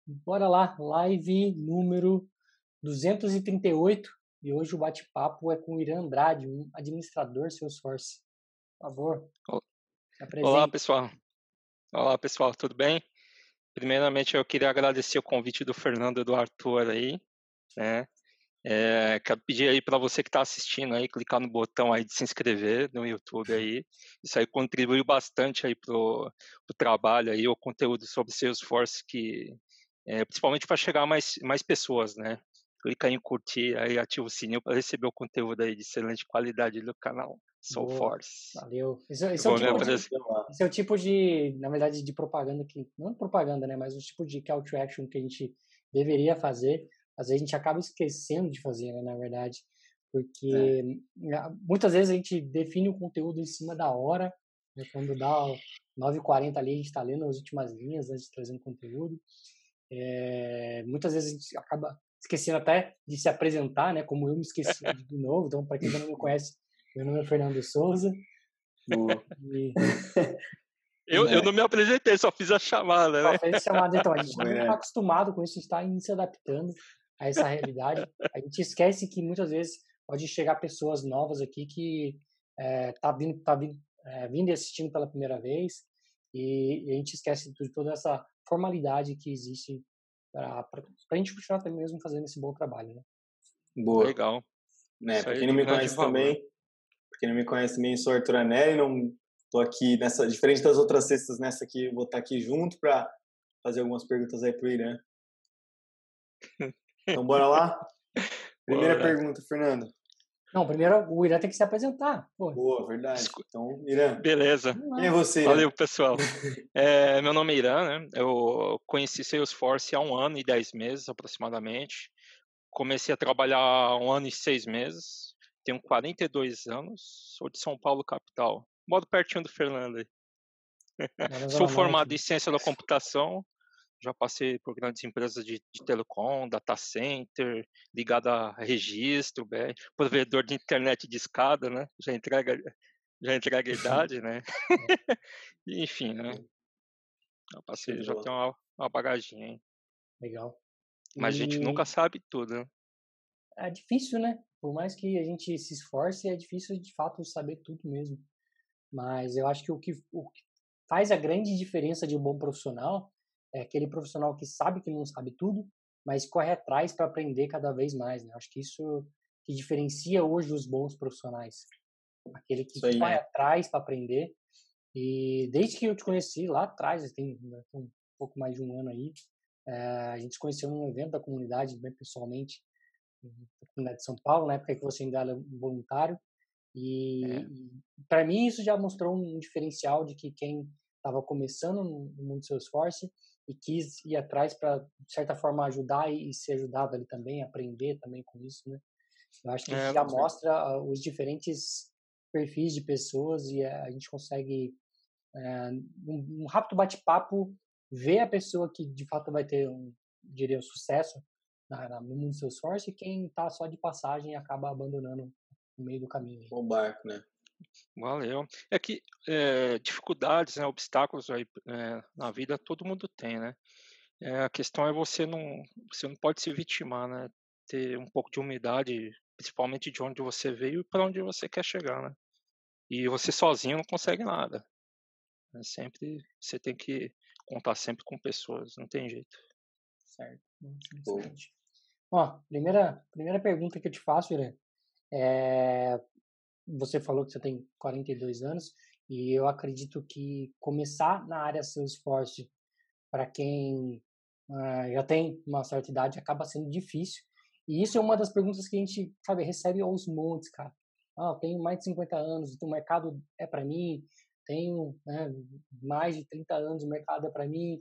Bora lá, live número 238 e hoje o bate-papo é com o Irã Andrade, um administrador Salesforce. Por favor, O- se Olá, apresente. pessoal. Olá, pessoal, tudo bem? Primeiramente, eu queria agradecer o convite do Fernando e do Arthur aí, né? Quero pedir aí para você que está assistindo aí, clicar no botão aí de se inscrever no YouTube aí. Isso aí contribuiu bastante aí pro trabalho aí, o conteúdo sobre Salesforce principalmente para chegar a mais pessoas, né? Clica em curtir aí, ativa o sininho para receber o conteúdo aí de excelente qualidade do canal Boa, Salesforce. valeu. Eu vou me apresentar. Esse é o tipo de, na verdade, de propaganda que, não propaganda, né, mas o tipo de call to action que a gente deveria fazer. Às vezes a gente acaba esquecendo de fazer, né, na verdade, É. porque muitas vezes a gente define o conteúdo em cima da hora, né, quando dá 9h40 ali, a gente está lendo as últimas linhas antes de trazer um conteúdo. Muitas vezes a gente acaba esquecendo até de se apresentar, né, como eu me esqueci de novo. Então, para quem ainda não me conhece, meu nome é Fernando Souza. Boa. E Eu não me apresentei, só fiz a chamada, só né? fez chamada, então, a gente não está Né? acostumado com isso, a gente está se adaptando a essa realidade. A gente esquece que muitas vezes pode chegar pessoas novas aqui que vindo e assistindo pela primeira vez, e a gente esquece de toda essa formalidade que existe para a gente continuar também mesmo fazendo esse bom trabalho, né? Boa. Legal. Né, Isso para aí é quem não de me grande conhece valor. também, eu sou Arthur Anelli, não tô aqui nessa, diferente das outras sextas, nessa aqui eu vou estar aqui junto para fazer algumas perguntas aí pro Irã. Então bora lá? Primeira Bora. pergunta, Fernando. Não, primeiro o Irã tem que se apresentar. Pô, Boa, verdade. Descu- Então, Irã, Beleza. vamos quem é lá. você, Irã? Valeu, pessoal. Meu nome é Irã, né? Eu conheci Salesforce há 1 ano e 10 meses, aproximadamente. Comecei a trabalhar há 1 ano e 6 meses. Tenho 42 anos. Sou de São Paulo, capital. Moro pertinho do Fernando aí. Mora na Sou Zona Norte. formado em ciência da computação. Já passei por grandes empresas de telecom, data center, ligado a registro, provedor de internet de escada, né? Já entrega a idade, né? Enfim, né? Eu Show passei, de já bola. tenho uma bagaginha, hein? Legal. Mas a gente nunca E sabe tudo, né? é difícil, né? Por mais que a gente se esforce, é difícil de fato saber tudo mesmo. Mas eu acho que o que faz a grande diferença de um bom profissional é aquele profissional que sabe que não sabe tudo, mas corre atrás para aprender cada vez mais, né? Eu acho que isso que diferencia hoje os bons profissionais. Aquele que Isso aí. corre atrás para aprender. E desde que eu te conheci lá atrás, tem um pouco mais de 1 ano aí, a gente se conheceu num evento da comunidade, bem pessoalmente, na comunidade de São Paulo, na época que você ainda era voluntário. É, E para mim isso já mostrou um diferencial de que quem estava começando no mundo Salesforce e quis ir atrás para, de certa forma, ajudar e ser ajudado ali também, aprender também com isso, né? Eu acho que isso já com certeza. mostra os diferentes perfis de pessoas e a gente consegue, num rápido bate-papo, ver a pessoa que de fato vai ter diria, sucesso no mundo Salesforce e quem está só de passagem acaba abandonando no meio do caminho. Bom barco, né? Valeu. É que dificuldades, né, obstáculos aí, na vida todo mundo tem, né? A questão é você não pode se vitimar, né? Ter um pouco de humildade, principalmente de onde você veio e para onde você quer chegar, né? E você sozinho não consegue nada. Né? Você tem que contar sempre com pessoas, não tem jeito. Certo. Boa. Excelente. Ó, primeira pergunta que eu te faço, Irã, é, você falou que você tem 42 anos e eu acredito que começar na área Salesforce para quem já tem uma certa idade acaba sendo difícil. E isso é uma das perguntas que a gente, sabe, recebe aos montes, cara. Ah, eu tenho mais de 50 anos, então o mercado é para mim. Tenho, né, mais de 30 anos, o mercado é para mim.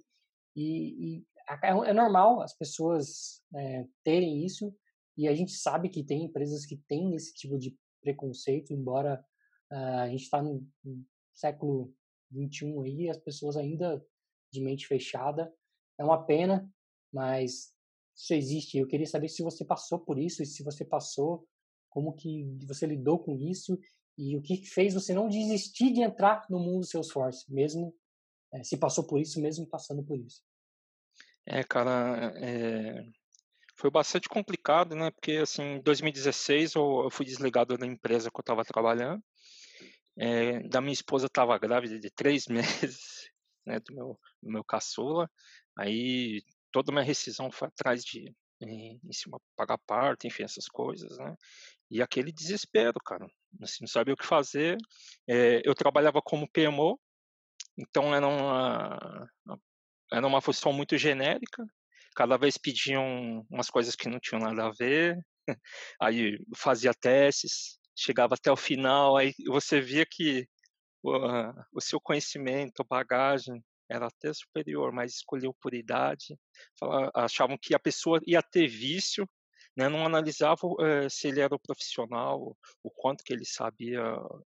É normal as pessoas terem isso, e a gente sabe que tem empresas que têm esse tipo de preconceito, embora a gente está no século XXI aí, as pessoas ainda de mente fechada. É uma pena, mas isso existe. Eu queria saber se você passou por isso, e se você passou, como que você lidou com isso, e o que fez você não desistir de entrar no mundo Salesforce, mesmo se passou por isso, mesmo passando por isso. Cara, foi bastante complicado, né? Porque, assim, em 2016 eu fui desligado da empresa que eu estava trabalhando. Da minha esposa estava grávida de 3 meses, né? Do meu caçula. Aí toda uma rescisão foi atrás em cima pagar parto, enfim, essas coisas, né? E aquele desespero, cara. Assim, não sabia o que fazer. Eu trabalhava como PMO, então era uma função muito genérica. Cada vez pediam umas coisas que não tinham nada a ver. Aí fazia testes, chegava até o final, aí você via que o seu conhecimento, bagagem era até superior, mas escolheu por idade. Achavam que a pessoa ia ter vício, né? Não analisavam se ele era o profissional, o quanto que ele sabia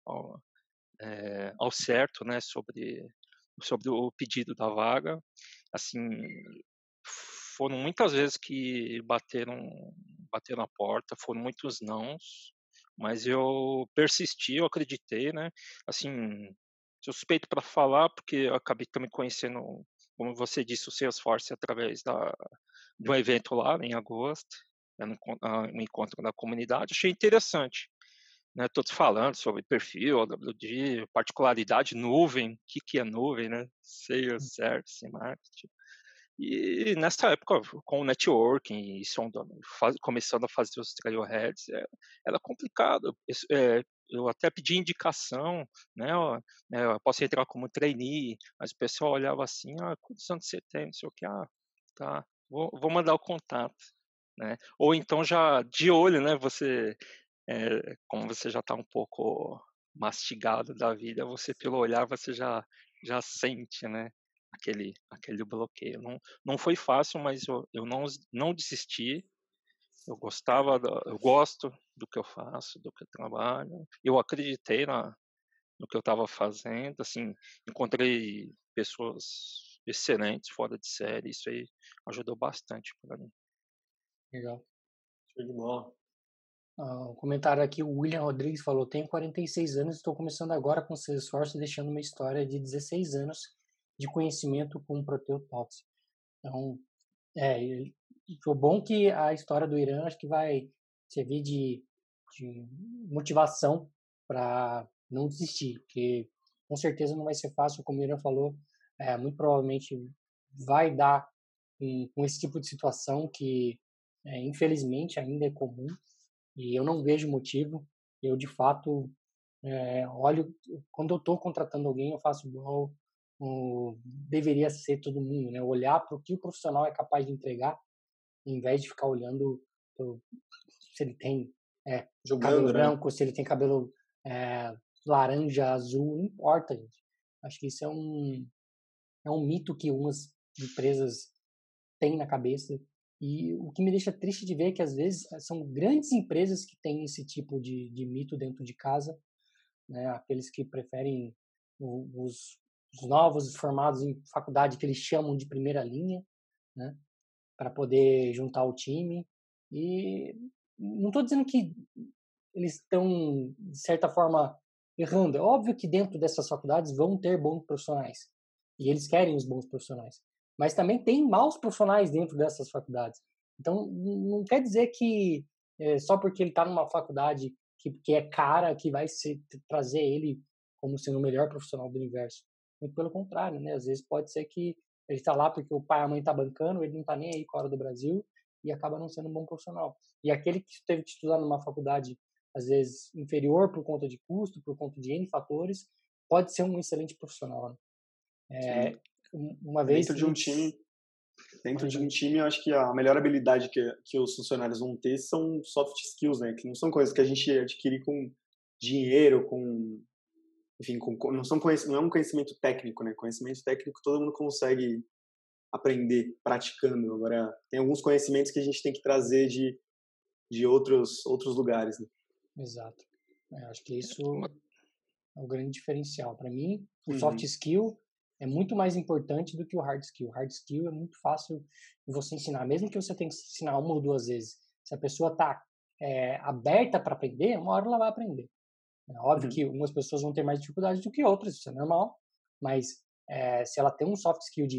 ao certo, né? Sobre o pedido da vaga. Assim, foram muitas vezes que bateram a porta, foram muitos nãos, mas eu persisti, eu acreditei, né? Assim, suspeito para falar, porque eu acabei também conhecendo, como você disse, o Salesforce através de um evento lá em agosto, né, no encontro da comunidade. Achei interessante, né? Todos falando sobre perfil, AWD, particularidade, nuvem, o que é nuvem, né? Sales, service, marketing. E nessa época, com o networking e começando a fazer os trailheads, era complicado. Eu até pedi indicação, né? Eu posso entrar como trainee, mas o pessoal olhava assim, quantos anos você tem? Não sei o que, tá, vou mandar o contato, né? Ou então já de olho, né? Como você já está um pouco mastigado da vida, você pelo olhar você já sente, né? Aquele bloqueio. Não foi fácil, mas eu não desisti. Eu gosto do que eu faço, do que eu trabalho. Eu acreditei no que eu estava fazendo. Assim, encontrei pessoas excelentes, fora de série. Isso aí ajudou bastante para mim. Legal. Show de bola. Um comentário aqui, o William Rodrigues falou: tenho 46 anos e estou começando agora com Salesforce, deixando uma história de 16 anos de conhecimento com o Proteus. Então, foi bom que a história do Irã acho que vai servir de motivação para não desistir, porque com certeza não vai ser fácil, como o Irã falou, muito provavelmente vai dar com esse tipo de situação que, infelizmente, ainda é comum, e eu não vejo motivo. Eu, de fato, olho, quando eu estou contratando alguém, eu faço igual deveria ser todo mundo, né? Olhar para o que o profissional é capaz de entregar, em vez de ficar olhando se ele tem cabelo Julgando, né? branco, se ele tem cabelo é, laranja, azul, não importa, gente. Acho que isso é um mito que umas empresas têm na cabeça. E o que me deixa triste de ver é que, às vezes, são grandes empresas que têm esse tipo de mito dentro de casa, né? Aqueles que preferem os novos formados em faculdade, que eles chamam de primeira linha, né? Para poder juntar o time. E não estou dizendo que eles estão, de certa forma, errando. É óbvio que dentro dessas faculdades vão ter bons profissionais. E eles querem os bons profissionais. Mas também tem maus profissionais dentro dessas faculdades. Então, não quer dizer que só porque ele está numa faculdade que é cara, que vai trazer ele como sendo o melhor profissional do universo. Muito pelo contrário, né? Às vezes pode ser que ele está lá porque o pai e a mãe estão bancando, ele não está nem aí com a hora do Brasil e acaba não sendo um bom profissional. E aquele que teve que estudar numa faculdade, às vezes, inferior por conta de custo, por conta de N fatores, pode ser um excelente profissional, né? Sim. Uma vez... Dentro de um time, eu acho que a melhor habilidade que os funcionários vão ter são soft skills, né? Que não são coisas que a gente adquire com dinheiro, enfim, não é um conhecimento técnico, né? Conhecimento técnico todo mundo consegue aprender praticando. Agora, tem alguns conhecimentos que a gente tem que trazer de outros lugares, né? Exato. Acho que isso é o grande diferencial. Para mim, o Uhum. soft skill é muito mais importante do que o hard skill. O hard skill é muito fácil de você ensinar, mesmo que você tenha que ensinar uma ou duas vezes. Se a pessoa está aberta para aprender, uma hora ela vai aprender. É óbvio que algumas pessoas vão ter mais dificuldade do que outras, isso é normal, mas se ela tem um soft skill de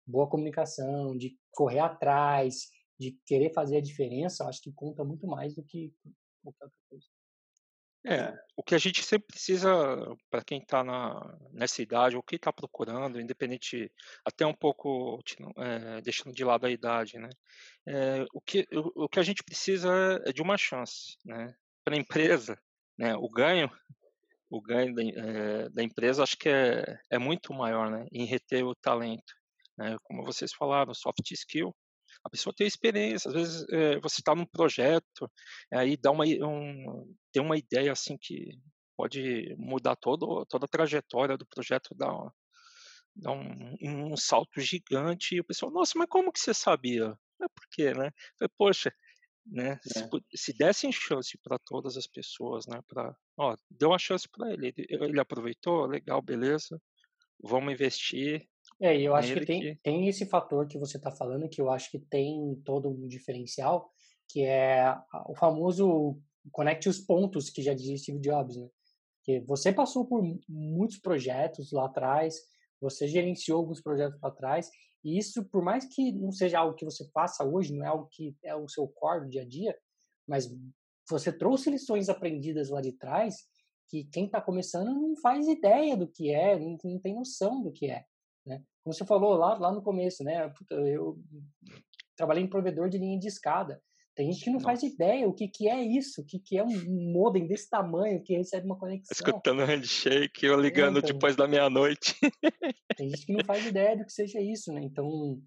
boa comunicação, de correr atrás, de querer fazer a diferença, eu acho que conta muito mais do que qualquer outra coisa. É, O que a gente sempre precisa, para quem está nessa idade, ou que está procurando, independente, até um pouco deixando de lado a idade, né? O que a gente precisa é de uma chance, né? Para a empresa, né? O ganho da empresa acho que é muito maior, né? Em reter o talento, né? Como vocês falaram, soft skill. A pessoa tem experiência, às vezes você está num projeto, aí tem uma ideia assim que pode mudar toda a trajetória do projeto, dá um salto gigante e o pessoal, nossa, mas como que você sabia? É por quê, né? Falei, poxa, né? é. Se dessem chance para todas as pessoas, né? Deu uma chance para ele, ele aproveitou, legal, beleza, vamos investir E eu acho que nele tem, que tem esse fator que você está falando, que eu acho que tem todo um diferencial, que é o famoso conecte os pontos que já dizia Steve Jobs, né? Que você passou por muitos projetos lá atrás, você gerenciou alguns projetos lá atrás, e isso, por mais que não seja algo que você faça hoje, não é algo que é o seu core do dia a dia, mas você trouxe lições aprendidas lá de trás que quem está começando não faz ideia do que é, não tem noção do que é, né? Como você falou lá no começo, né? Puta, eu trabalhei em provedor de linha de escada. Tem gente que não faz nossa, ideia o que, que é isso, o que, que é um modem desse tamanho que recebe uma conexão. escutando handshake, eu ligando Então, depois da meia-noite. tem gente que não faz ideia do que seja isso, né? Então,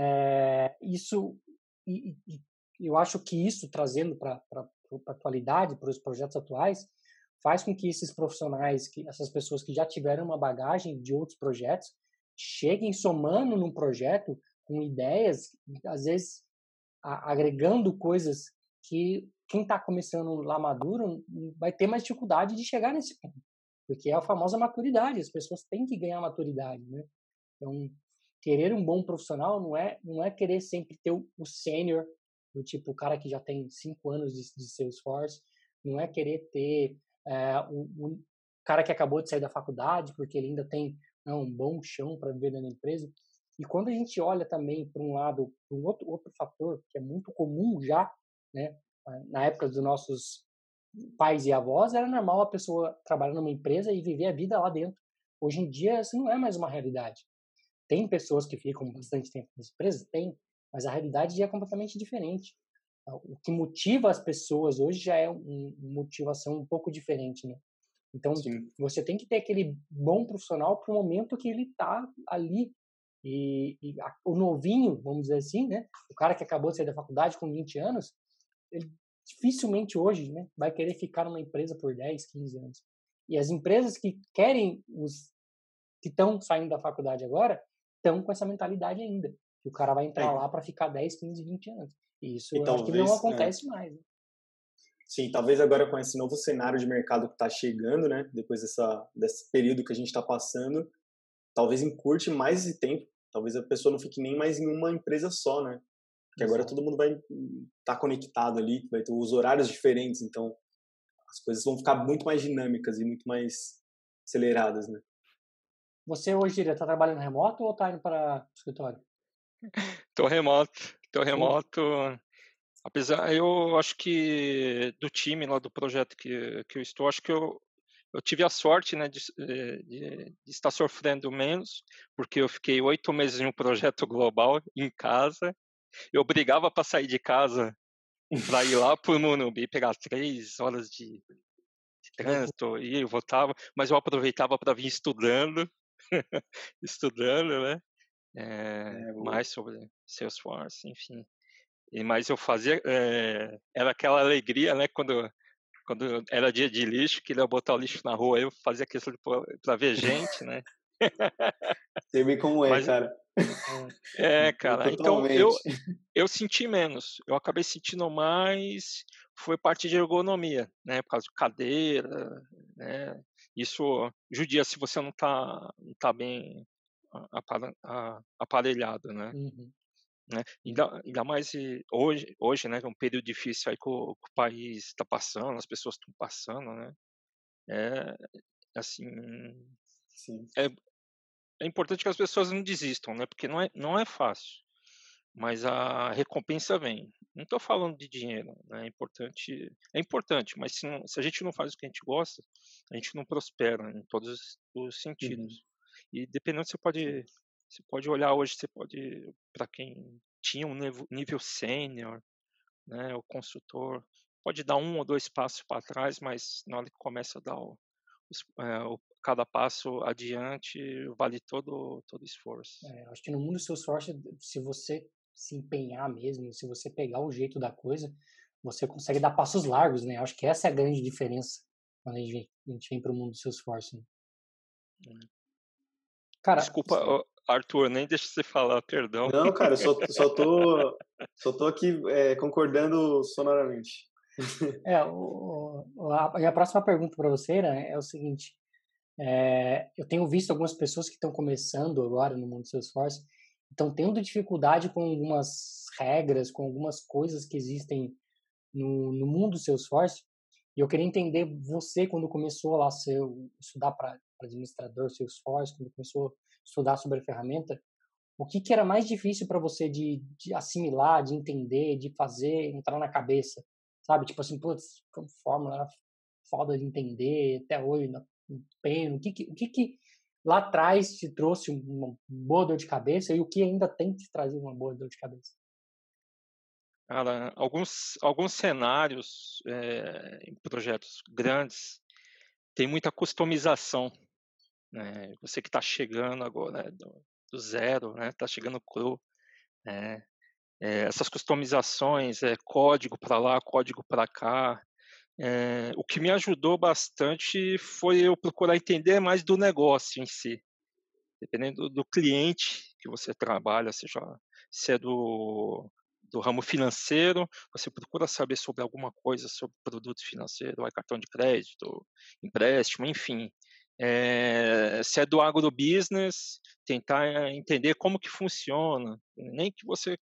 isso, e eu acho que isso, trazendo para a atualidade, para os projetos atuais, faz com que esses profissionais, que essas pessoas que já tiveram uma bagagem de outros projetos, cheguem somando num projeto com ideias, às vezes agregando coisas que quem está começando lá maduro vai ter mais dificuldade de chegar nesse ponto, porque é a famosa maturidade, as pessoas têm que ganhar maturidade, né? Então, querer um bom profissional não é querer sempre ter o sênior, do tipo o cara que já tem 5 anos de Salesforce, não é querer ter o cara que acabou de sair da faculdade, porque ele ainda tem um bom chão para viver dentro da empresa. E quando a gente olha também para um lado, para um outro fator que é muito comum já, né, na época dos nossos pais e avós, era normal a pessoa trabalhar numa empresa e viver a vida lá dentro. Hoje em dia, isso não é mais uma realidade. Tem pessoas que ficam bastante tempo nas empresas? Tem, mas a realidade já é completamente diferente. O que motiva as pessoas hoje já é uma motivação um pouco diferente, né? Então, Sim. você tem que ter aquele bom profissional para o momento que ele está ali. O novinho, vamos dizer assim, né? O cara que acabou de sair da faculdade com 20 anos, ele dificilmente hoje, né, vai querer ficar numa empresa por 10, 15 anos. E as empresas que querem os que estão saindo da faculdade agora, estão com essa mentalidade ainda. Que o cara vai entrar É, lá para ficar 10, 15, 20 anos. E isso e eu acho que não talvez, acontece mais. Né? sim, talvez agora com esse novo cenário de mercado que está chegando, né, depois desse período que a gente está passando, talvez encurte mais esse tempo. Talvez a pessoa não fique nem mais em uma empresa só, né? Porque agora Exato. todo mundo vai estar conectado ali, vai ter os horários diferentes, então as coisas vão ficar muito mais dinâmicas e muito mais aceleradas, né? Você hoje está trabalhando remoto ou está indo para o escritório? Tô remoto, tô Sim. remoto. Apesar, eu acho que do time lá do projeto que eu estou, acho que eu tive a sorte, né, de estar sofrendo menos, porque eu fiquei 8 meses em um projeto global em casa. Eu brigava para sair de casa para ir lá para o Morumbi, pegar 3 horas de trânsito e eu voltava, mas eu aproveitava para vir estudando, estudando, né? É, Mais sobre Salesforce, enfim. Mas eu fazia, era aquela alegria, né? Quando era dia de lixo, que ele ia botar o lixo na rua, eu fazia questão para ver gente, né? sei bem como é, Mas cara. Entendo cara, então eu totalmente. eu senti menos. Eu acabei sentindo mais foi parte de ergonomia, né, por causa de cadeira, né. Isso judia se você não tá bem aparelhado, né. Uhum. Né. Ainda mais hoje, né, que é um período difícil aí que o país está passando, as pessoas estão passando, né. É, assim, Sim. é é importante que as pessoas não desistam, né? Porque não é fácil, mas a recompensa vem. Não estou falando de dinheiro, né? É importante, mas se a gente não faz o que a gente gosta, a gente não prospera em todos os Uhum. sentidos. E dependendo, Sim. você pode olhar hoje, você pode, para quem tinha um nível sênior, né, o consultor, pode dar um ou dois passos para trás, mas na hora que começa a dar cada passo adiante, vale todo o esforço. Acho que no mundo do Salesforce, se você se empenhar mesmo, se você pegar o jeito da coisa, você consegue dar passos largos, né? Acho que essa é a grande diferença quando a gente vem para o mundo do Salesforce, né? Hum. Cara, Desculpa, Arthur, nem deixa você falar, perdão. Não, cara, eu só tô aqui concordando sonoramente. e a próxima pergunta para você, né, é o seguinte: eu tenho visto algumas pessoas que estão começando agora no mundo do Salesforce, estão tendo dificuldade com algumas regras, com algumas coisas que existem no mundo do Salesforce. E eu queria entender você, quando começou lá estudar para administrador Salesforce, quando começou a estudar sobre a ferramenta, o que era mais difícil para você de assimilar, de entender, de fazer, entrar na cabeça? Sabe? Tipo assim, putz, como fórmula era foda de entender, até hoje não entendo. O que lá atrás te trouxe uma boa dor de cabeça e o que ainda tem te trazido uma boa dor de cabeça? Cara, alguns cenários em projetos grandes tem muita customização, né? Você que está chegando agora, né, do zero, né? Está chegando cru, né? Essas customizações, código para lá, código para cá. O que me ajudou bastante foi eu procurar entender mais do negócio em si, dependendo do cliente que você trabalha, seja se é do ramo financeiro, você procura saber sobre alguma coisa sobre produtos financeiros, cartão de crédito, empréstimo, enfim. Se é do agrobusiness, tentar entender como que funciona, nem que você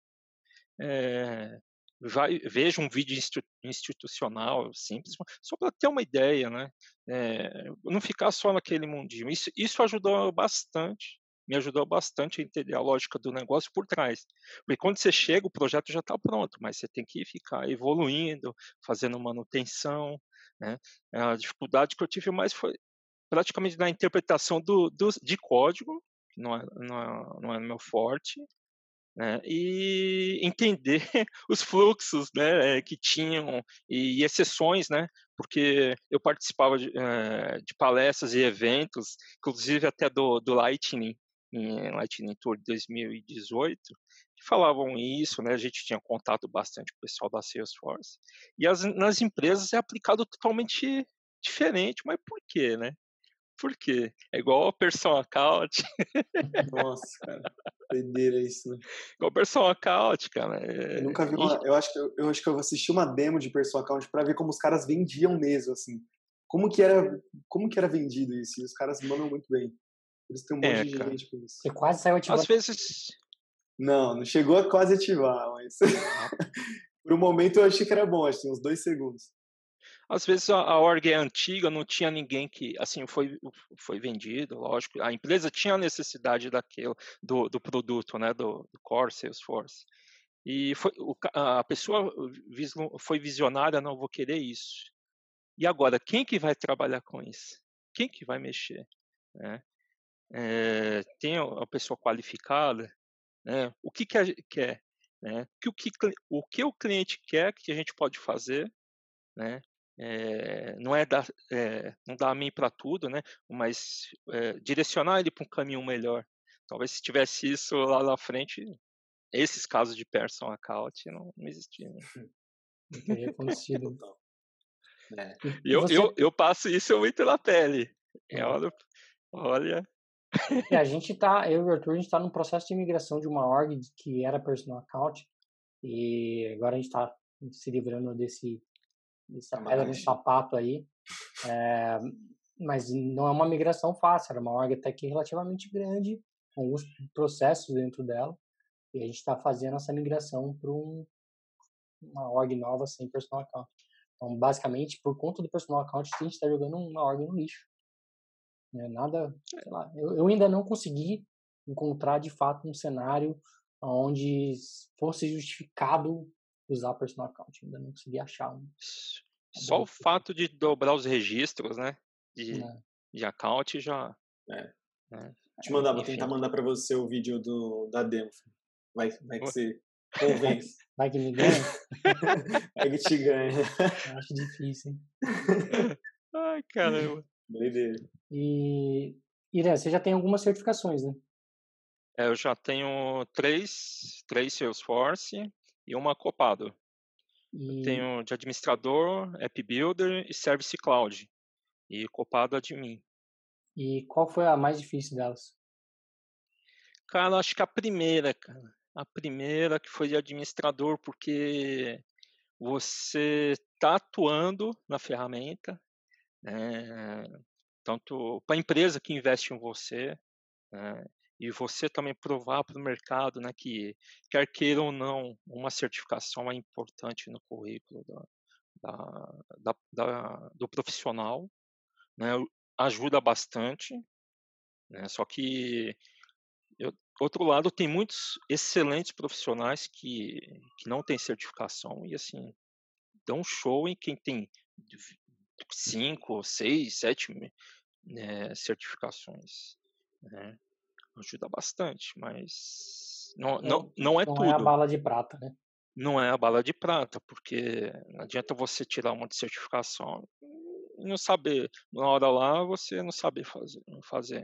eh, veja um vídeo institucional simples, só para ter uma ideia, né? Não ficar só naquele mundinho. Isso ajudou bastante, me ajudou bastante a entender a lógica do negócio por trás. Porque quando você chega, o projeto já está pronto, mas você tem que ficar evoluindo, fazendo manutenção, né? A dificuldade que eu tive mais foi praticamente na interpretação de código, que não é meu forte, né, e entender os fluxos, né, que tinham e exceções, né, porque eu participava de palestras e eventos, inclusive até do Lightning, Lightning Tour 2018, que falavam isso, né, a gente tinha contato bastante com o pessoal da Salesforce, e nas empresas é aplicado totalmente diferente, mas por quê, né? Por quê? É igual a Person Account. Nossa, cara, doideira isso, né? Igual Person Account, cara. Eu nunca vi uma. Eu acho que eu assisti uma demo de Personal Account pra ver como os caras vendiam mesmo, assim. Como que era, como que era vendido isso? E os caras mandam muito bem. Eles têm um monte de Cara. gente com isso. Você quase saiu Às ativando. vezes. Não, não chegou a quase ativar, mas Ah, por um momento eu achei que era bom, acho que uns 2 segundos. às vezes a org é antiga, não tinha ninguém que. Assim, foi vendido, lógico. A empresa tinha a necessidade do produto, né? Do Core Salesforce. E a pessoa foi visionária, não vou querer isso. E agora, quem que vai trabalhar com isso? Quem que vai mexer? Né? Tem a pessoa qualificada, né? O que a gente quer, né? O que o cliente quer que a gente pode fazer, né? Não dar a mim para tudo, né? Mas direcionar ele para um caminho melhor. Talvez se tivesse isso lá na frente, esses casos de person account não existiam. Né? Não teria acontecido. Total. É. E E você, eu passo isso muito na pele. é, Olha, a gente tá, eu e o Arthur, a gente tá num processo de migração de uma org que era personal account e agora a gente tá se livrando dessa pedra no Camarote. sapato aí. É, mas não é uma migração fácil, era uma org até que relativamente grande, com alguns processos dentro dela, e a gente está fazendo essa migração para uma org nova sem personal account. Então, basicamente, por conta do personal account, a gente está jogando uma org no lixo. né? Nada, sei lá, eu ainda não consegui encontrar de fato um cenário onde fosse justificado usar personal account. Ainda não consegui achar uma Só boa o justificativa, fato de dobrar os registros, né, de, né? de account já, É. né, Vou tentar enfim. mandar pra você o vídeo da demo. Vai que você convence. Vai que me ganha? Vai que te ganha. Eu acho difícil, hein? Ai, caramba. Doideira. E, Irã, você já tem algumas certificações, né? Eu já tenho três Salesforce e uma Copado. Eu E, tenho de administrador, App Builder e Service Cloud. E Copado Admin. e qual foi a mais difícil delas? Cara, acho que a primeira, cara. A primeira que foi de administrador, porque você está atuando na ferramenta, né, tanto para a empresa que investe em você, né, e você também provar para o mercado, né, que quer queira ou não, uma certificação é importante no currículo do profissional, né, ajuda bastante, né, só que outro lado, tem muitos excelentes profissionais que não têm certificação e, assim, dão show em quem tem 5, 6, 7 certificações, né? Ajuda bastante, mas Não, não é não é a tudo. bala de prata, né? Não é a bala de prata, porque não adianta você tirar uma de certificação e não saber. Na hora lá, você não sabe fazer.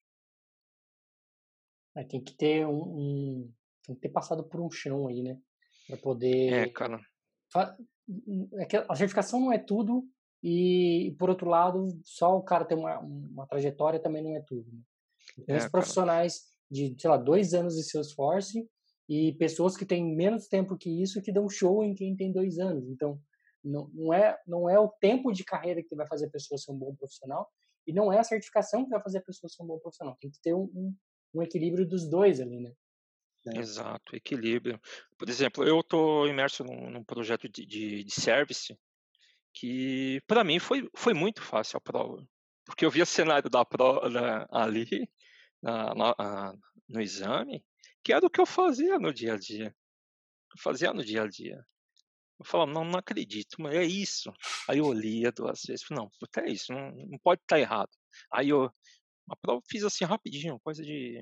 Tem que ter tem que ter passado por um chão aí, né? Para É, poder. cara. fa- É que a certificação não é tudo, e, por outro lado, só o cara ter uma trajetória também não é tudo, né? Eu É, conheço cara. profissionais de, sei lá, 2 anos de Salesforce e pessoas que têm menos tempo que isso que dão show em quem tem 2 anos. Então, não é o tempo de carreira que vai fazer a pessoa ser um bom profissional e não é a certificação que vai fazer a pessoa ser um bom profissional. Tem que ter um equilíbrio dos dois ali, né? Exato, equilíbrio. Por exemplo, eu estou imerso num projeto de service que, para mim, foi muito fácil a prova. Porque eu via o cenário da prova ali, no exame, que era o que eu fazia no dia a dia. Eu fazia no dia a dia. Eu falava, não, não acredito, mas é isso. Aí eu lia 2 vezes, falei, não, puta, é isso, não pode estar errado. Aí a prova eu fiz assim rapidinho, coisa de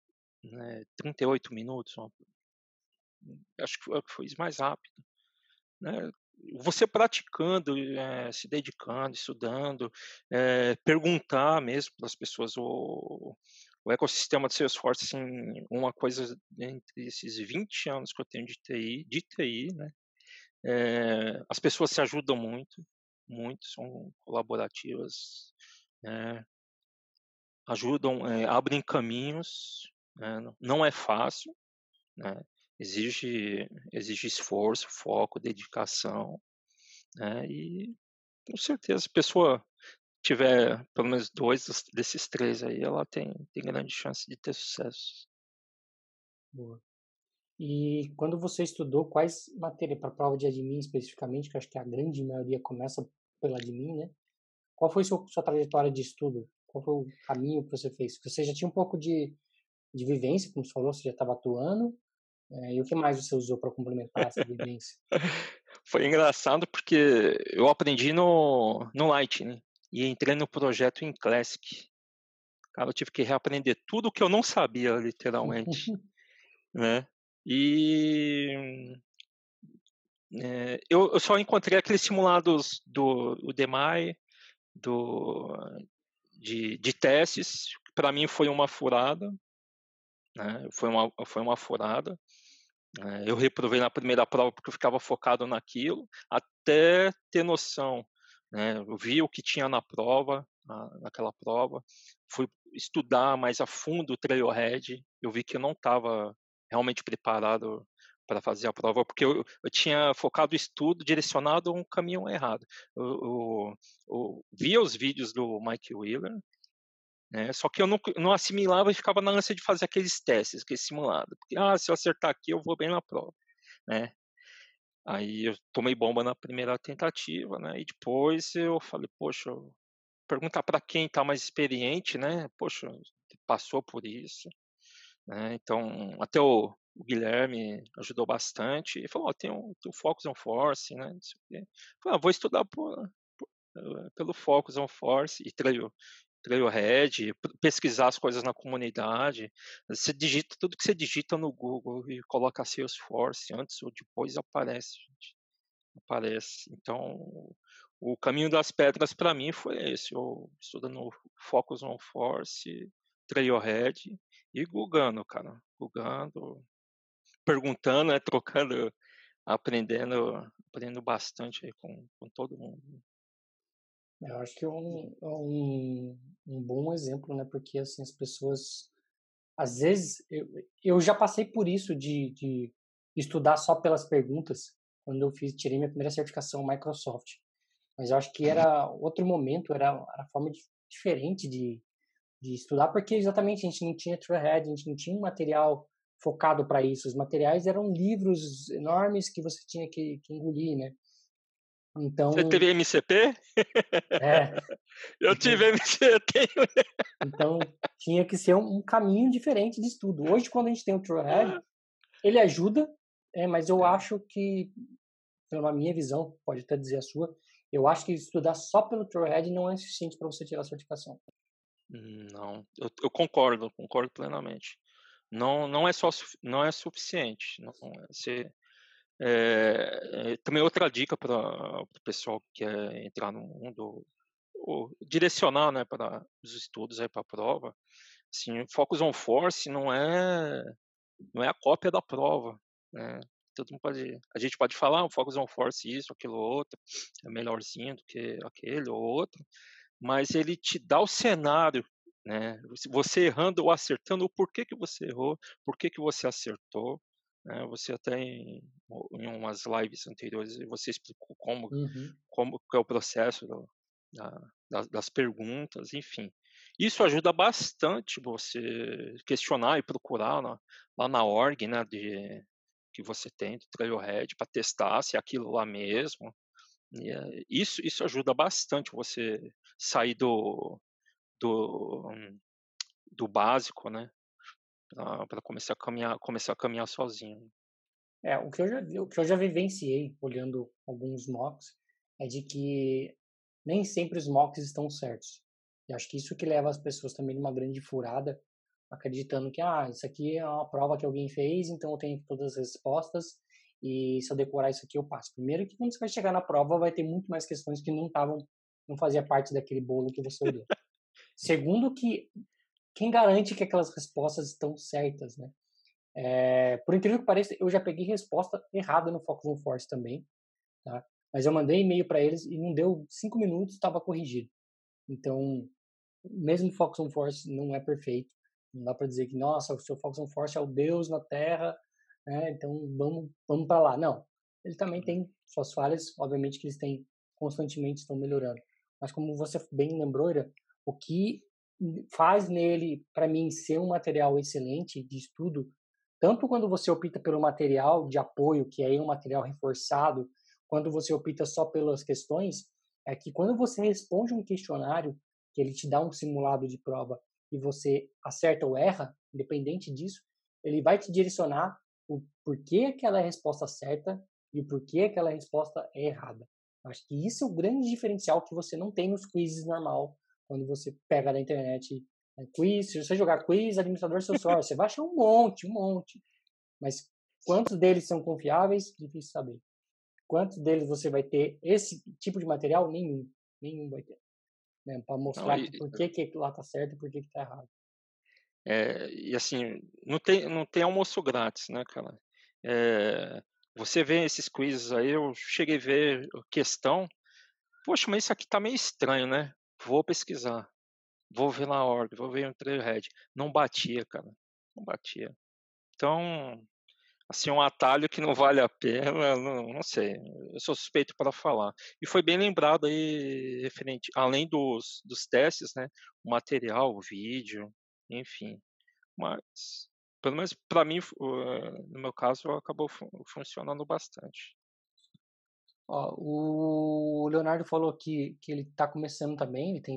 38 minutos, acho que foi o que fiz mais rápido, né. Você praticando, se dedicando, estudando, perguntar mesmo para as pessoas, o ecossistema do Salesforce, assim, uma coisa entre esses 20 anos que eu tenho de TI, né, as pessoas se ajudam muito, muito, são colaborativas, né, ajudam, abrem caminhos, né, não é fácil, né, exige esforço, foco, dedicação, né, e com certeza, se a pessoa tiver pelo menos 2 desses 3 aí, ela tem grande chance de ter sucesso. Boa. E quando você estudou, quais matérias, para a prova de admin especificamente, que eu acho que a grande maioria começa pela admin, né? Qual foi sua trajetória de estudo? Qual foi o caminho que você fez? Você já tinha um pouco de vivência, como você falou, você já estava atuando, e o que mais você usou para complementar essa vivência? Foi engraçado porque eu aprendi no Lightning e entrei no projeto em Classic. Cara, eu tive que reaprender tudo que eu não sabia, literalmente, né. E, eu só encontrei aqueles simulados do Udemy, do de testes, para mim foi uma furada, né, foi uma furada. Eu reprovei na primeira prova porque eu ficava focado naquilo, até ter noção, né, eu vi o que tinha na prova, naquela prova, fui estudar mais a fundo o Trailhead, eu vi que eu não estava realmente preparado para fazer a prova, porque eu tinha focado o estudo direcionado a um caminho errado. Eu via os vídeos do Mike Wheeler, né, só que eu não assimilava e ficava na ânsia de fazer aqueles testes, aquele simulado, porque: "Ah, se eu acertar aqui eu vou bem na prova", né. Aí eu tomei bomba na primeira tentativa, né, e depois eu falei: "Poxa, perguntar para quem está mais experiente, né? Poxa, passou por isso, né? Então, até o Guilherme ajudou bastante e falou: "Ó, tem o Focus on Force, né, não sei o quê". Falei: "Ah, vou estudar pelo Focus on Force e Trailhead, pesquisar as coisas na comunidade". Você digita tudo que você digita no Google e coloca Salesforce, antes ou depois aparece, gente, aparece. Então, o caminho das pedras para mim foi esse, eu estudando Focus on Force, Trailhead e googando, cara, googando, perguntando, né, trocando, aprendendo bastante aí com todo mundo. Eu acho que é um bom exemplo, né? Porque, assim, as pessoas, às vezes, eu já passei por isso de estudar só pelas perguntas, quando eu tirei minha primeira certificação Microsoft. Mas eu acho que era outro momento, era forma diferente de estudar, porque exatamente a gente não tinha Trailhead, a gente não tinha um material focado para isso. Os materiais eram livros enormes que você tinha que engolir, né? Você Então, teve MCP? é, Eu tive MCP, eu tenho. então tinha que ser um caminho diferente de estudo. Hoje, quando a gente tem o Trailhead, ele ajuda, mas eu É. acho que, pela minha visão, pode até dizer a sua, eu acho que estudar só pelo Trailhead não é suficiente para você tirar a certificação. Não, eu concordo plenamente. Não é não é suficiente. Não é, também outra dica para o pessoal que quer entrar no mundo, ou direcionar, né, para os estudos aí para a prova. Assim, Focus on Force não é a cópia da prova, né? Todo mundo a gente pode falar, o Focus on Force isso, aquilo outro, é melhorzinho do que aquele ou outro, mas ele te dá o cenário, né? Você errando ou acertando, o porquê que você errou, por que você acertou, né? Você até em umas lives anteriores você explicou Uhum. como que é o processo das perguntas, enfim. Isso ajuda bastante você questionar e procurar lá na org, né, que você tem do Trailhead para testar se é aquilo lá mesmo. E, isso ajuda bastante você sair do, do básico, né, para começar a caminhar sozinho. O que eu já vivenciei olhando alguns mocks é de que nem sempre os mocks estão certos. E acho que isso que leva as pessoas também numa grande furada, acreditando que isso aqui é uma prova que alguém fez, então eu tenho todas as respostas e se eu decorar isso aqui eu passo. Primeiro que quando você vai chegar na prova vai ter muito mais questões que não fazia parte daquele bolo que você olhou. Segundo que quem garante que aquelas respostas estão certas, né? Por incrível que pareça, eu já peguei resposta errada no Focus on Force também, tá? Mas eu mandei e-mail para eles e não deu 5 minutos, estava corrigido. Então, mesmo o Focus on Force não é perfeito. Não dá para dizer que, nossa, o seu Focus on Force é o Deus na Terra, né? Então vamos para lá. Não. Ele também tem suas falhas, obviamente que eles têm constantemente estão melhorando. Mas como você bem lembrou, Ira, o que faz nele, para mim, ser um material excelente de estudo, tanto quando você opta pelo material de apoio, que é um material reforçado, quando você opta só pelas questões, é que quando você responde um questionário, que ele te dá um simulado de prova e você acerta ou erra, independente disso, ele vai te direcionar o porquê aquela é a resposta certa e o porquê aquela resposta é errada. Acho que isso é o grande diferencial que você não tem nos quizzes normal, quando você pega na internet quiz, se você jogar quiz, administrador Salesforce, você vai achar um monte. Mas quantos deles são confiáveis? Difícil saber. Quantos deles você vai ter esse tipo de material? Nenhum vai ter. Né? Para Não, mostrar que por que lá tá certo e por que tá errado. e assim, não tem almoço grátis, né, cara? Você vê esses quizzes aí, eu cheguei a ver questão, poxa, mas isso aqui tá meio estranho, né? Vou pesquisar, vou ver na org, vou ver no Trailhead. Não batia, cara, não batia. Então, assim, um atalho que não vale a pena, não sei, eu sou suspeito para falar. E foi bem lembrado aí, referente, além dos testes, né? O material, o vídeo, enfim. Mas, pelo menos para mim, no meu caso, acabou funcionando bastante. Ó, o Leonardo falou que ele está começando também, ele tem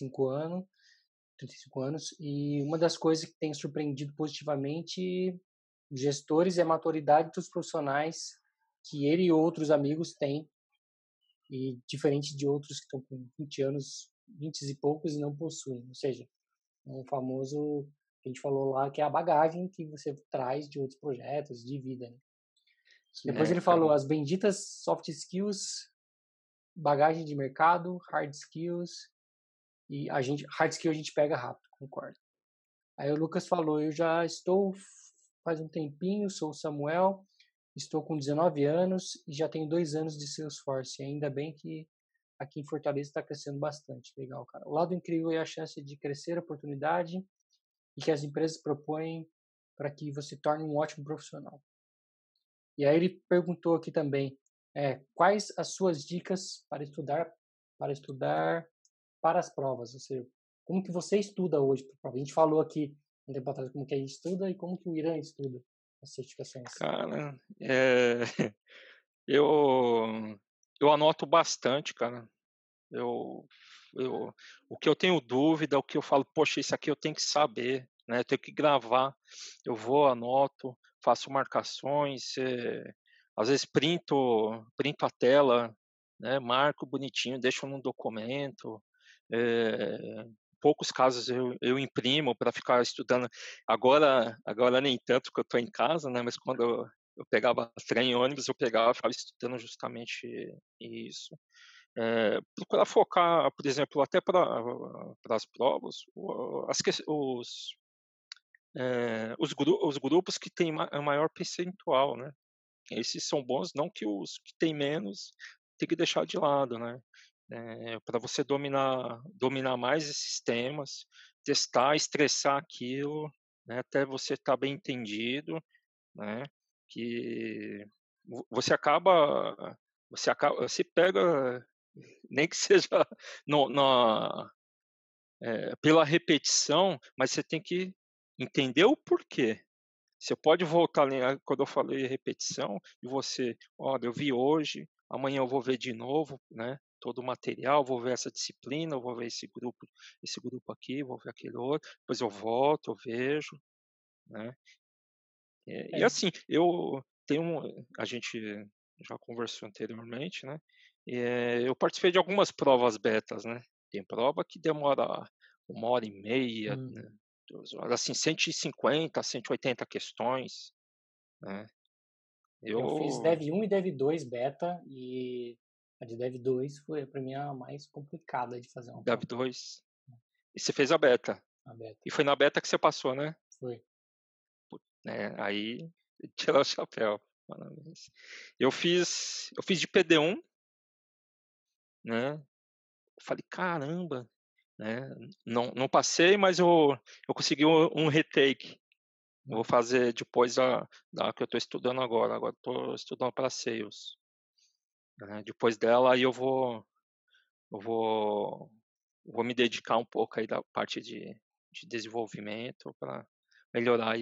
35 anos, e uma das coisas que tem surpreendido positivamente gestores é a maturidade dos profissionais que ele e outros amigos têm, e diferente de outros que estão com 20 anos, 20 e poucos e não possuem. Ou seja, é um famoso que a gente falou lá, que é a bagagem que você traz de outros projetos, de vida, né? Depois ele falou as benditas soft skills, bagagem de mercado, hard skills, e hard skill a gente pega rápido, concordo. Aí o Lucas falou, eu já estou faz um tempinho, sou o Samuel, estou com 19 anos e já tenho 2 anos de Salesforce, ainda bem que aqui em Fortaleza está crescendo bastante. Legal, cara. O lado incrível é a chance de crescer, a oportunidade e que as empresas propõem para que você torne um ótimo profissional. E aí ele perguntou aqui também, quais as suas dicas para estudar para as provas? Ou seja, como que você estuda hoje para a prova? A gente falou aqui um tempo atrás como que a gente estuda e como que o Irã estuda as certificações. Cara, eu anoto bastante, cara. O que eu tenho dúvida, o que eu falo, poxa, isso aqui eu tenho que saber, né? Eu tenho que gravar. Eu vou, anoto, faço marcações, às vezes printo a tela, né? Marco bonitinho, deixo num documento. Poucos casos eu imprimo para ficar estudando. Agora nem tanto que eu estou em casa, né? Mas quando eu pegava trem, ônibus, eu ficava estudando justamente isso. Procurar focar, por exemplo, até para as provas, os grupos que têm maior percentual, né? Esses são bons, não que os que têm menos tem que deixar de lado, né? Para você dominar mais esses temas, testar, estressar aquilo, né? Até você estar bem entendido, né? Que você pega, nem que seja pela repetição, mas você tem que entender o porquê. Você pode voltar ali, quando eu falei repetição, e você, olha, eu vi hoje, amanhã eu vou ver de novo, né? Todo o material, vou ver essa disciplina, eu vou ver esse grupo aqui, vou ver aquele outro, depois eu volto, eu vejo, né? E assim, a gente já conversou anteriormente, né? Eu participei de algumas provas betas, né? Tem prova que demora 1h30, né? 2 horas, assim, 150, 180 questões, né? Eu fiz Dev 1 e Dev 2 beta, e a de Dev 2 foi para mim a mais complicada de fazer uma Dev prova. 2. E você fez a beta. A beta. E foi na beta que você passou, né? Foi. Aí, tirar o chapéu. Eu fiz de PD1, né? Eu falei, caramba, né? Não passei, mas eu consegui um retake. Eu vou fazer depois da que eu estou estudando agora. Agora estou estudando para Sales. Depois dela, aí eu vou me dedicar um pouco aí da parte de desenvolvimento para melhorar